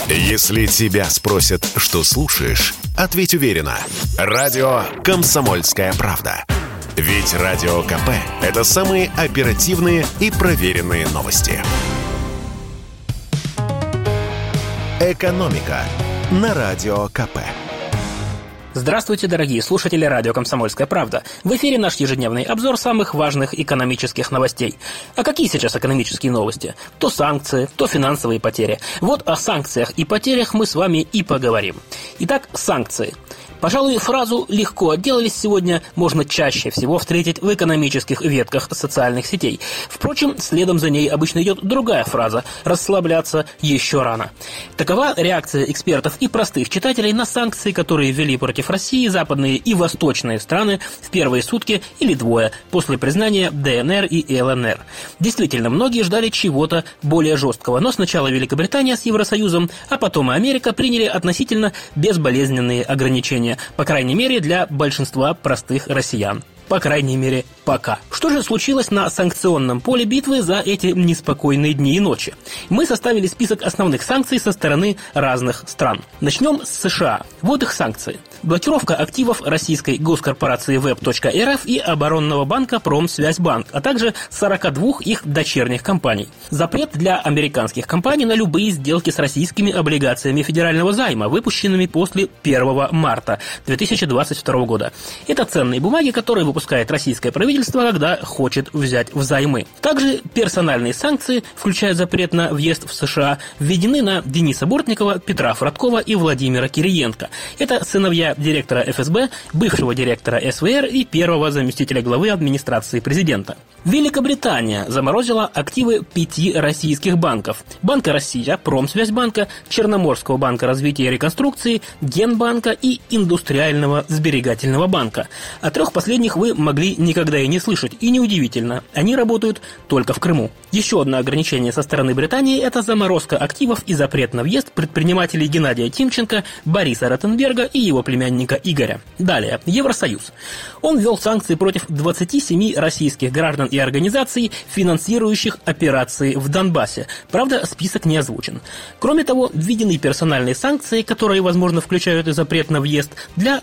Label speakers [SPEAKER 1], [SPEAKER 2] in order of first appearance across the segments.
[SPEAKER 1] Если тебя спросят, что слушаешь, ответь уверенно. Радио «Комсомольская правда». Ведь Радио КП – это самые оперативные и проверенные новости. «Экономика» на Радио КП.
[SPEAKER 2] Здравствуйте, дорогие слушатели радио «Комсомольская правда». В эфире наш ежедневный обзор самых важных экономических новостей. А какие сейчас экономические новости? То санкции, то финансовые потери. Вот о санкциях и потерях мы с вами и поговорим. Итак, санкции. Пожалуй, фразу «легко отделались» сегодня можно чаще всего встретить в экономических ветках социальных сетей. Впрочем, следом за ней обычно идет другая фраза «расслабляться еще рано». Такова реакция экспертов и простых читателей на санкции, которые ввели против России западные и восточные страны в первые сутки или двое после признания ДНР и ЛНР. Действительно, многие ждали чего-то более жесткого, но сначала Великобритания с Евросоюзом, а потом и Америка приняли относительно безболезненные ограничения. По крайней мере, для большинства простых россиян. По крайней мере, пока. Что же случилось на санкционном поле битвы за эти неспокойные дни и ночи? Мы составили список основных санкций со стороны разных стран. Начнем с США. Вот их санкции. Блокировка активов российской госкорпорации Web.рф и оборонного банка Промсвязьбанк, а также 42 их дочерних компаний. Запрет для американских компаний на любые сделки с российскими облигациями федерального займа, выпущенными после 1 марта 2022 года. Это ценные бумаги, которые выпускает российское правительство, когда хочет взять взаймы. Также персональные санкции, включая запрет на въезд в США, введены на Дениса Бортникова, Петра Фродкова и Владимира Кириенко. Это сыновья директора ФСБ, бывшего директора СВР и первого заместителя главы администрации президента. Великобритания заморозила активы 5 российских банков: Банка Россия, Промсвязьбанка, Черноморского банка развития и реконструкции, Генбанка и Индустриального сберегательного банка. О трех последних вы могли никогда и не слышать, и неудивительно, они работают только в Крыму. Еще одно ограничение со стороны Британии – это заморозка активов и запрет на въезд предпринимателей Геннадия Тимченко, Бориса Ротенберга и его племянника Игоря. Далее, Евросоюз. Он ввел санкции против 27 российских граждан и организаций, финансирующих операции в Донбассе. Правда, список не озвучен. Кроме того, введены персональные санкции, которые, возможно, включают и запрет на въезд для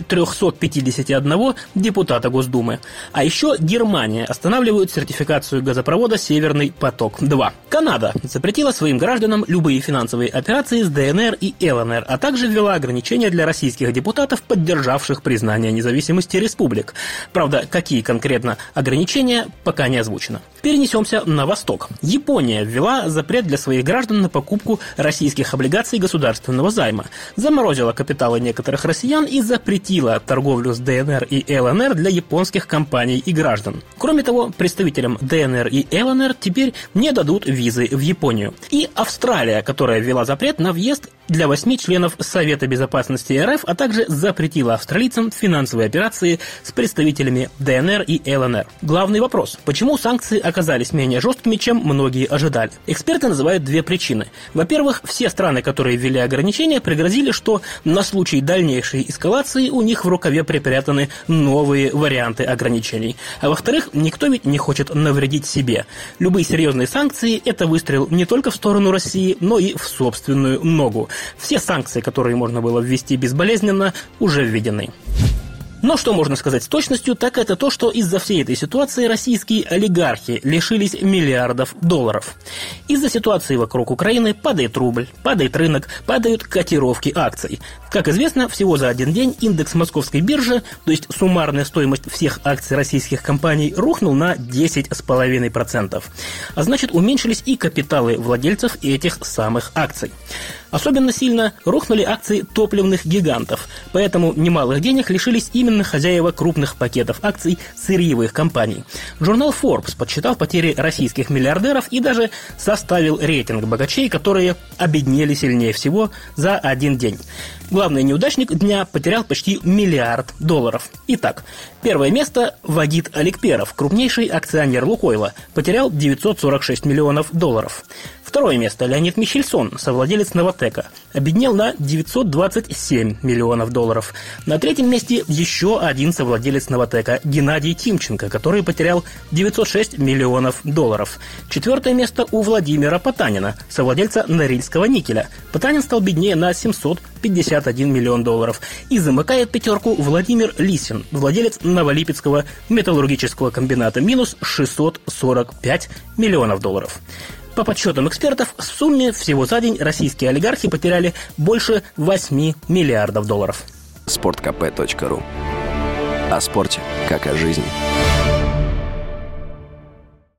[SPEAKER 2] 351 депутата Госдумы. А еще Германия останавливает сертификацию газопровода «Северный поток-2». Канада запретила своим гражданам любые финансовые операции с ДНР и ЛНР, а также ввела ограничения для российских депутатов, поддержавших признание независимости республик. Правда, какие конкретно ограничения, пока не озвучено. Перенесемся на восток. Япония ввела запрет для своих граждан на покупку российских облигаций государственного займа, заморозила капиталы некоторых россиян и запретила торговлю с ДНР и ЛНР для японских компаний и граждан. Кроме того, представителям ДНР и ЛНР теперь не дадут визы в Японию. И Австралия, которая ввела запрет на въезд для 8 членов Совета безопасности РФ, а также запретила австралийцам финансовые операции с представителями ДНР и ЛНР. Главный вопрос: почему санкции оказались менее жесткими, чем многие ожидали? Эксперты называют две причины. Во-первых, все страны, которые ввели ограничения, пригрозили, что на случай дальнейшей эскалации у них в рукаве припрятаны новые варианты ограничений. А во-вторых, никто ведь не хочет навредить себе. Любые серьезные санкции – это выстрел не только в сторону России, но и в собственную ногу. Все санкции, которые можно было ввести безболезненно, уже введены. Но что можно сказать с точностью, так это то, что из-за всей этой ситуации российские олигархи лишились миллиардов долларов. Из-за ситуации вокруг Украины падает рубль, падает рынок, падают котировки акций. Как известно, всего за один день индекс московской биржи, то есть суммарная стоимость всех акций российских компаний, рухнул на 10,5%. А значит, уменьшились и капиталы владельцев этих самых акций. Особенно сильно рухнули акции топливных гигантов, поэтому немалых денег лишились именно хозяева крупных пакетов акций сырьевых компаний. Журнал Forbes подсчитал потери российских миллиардеров и даже составил рейтинг богачей, которые обеднели сильнее всего за один день. Главный неудачник дня потерял почти $1 миллиард. Итак, первое место – Вагит Аликперов, крупнейший акционер Лукойла, потерял $946 миллионов. Второе место. Леонид Михельсон, совладелец Новатэка, обеднел на 927 миллионов долларов. На третьем месте еще один совладелец Новатэка, Геннадий Тимченко, который потерял 906 миллионов долларов. Четвертое место у Владимира Потанина, совладельца Норильского никеля. Потанин стал беднее на 751 миллион долларов. И замыкает пятерку Владимир Лисин, владелец Новолипецкого металлургического комбината, минус 645 миллионов долларов. По подсчетам экспертов, в сумме всего за день российские олигархи потеряли больше 8 миллиардов долларов.
[SPEAKER 3] Sportkp.ru. О спорте, как о жизни.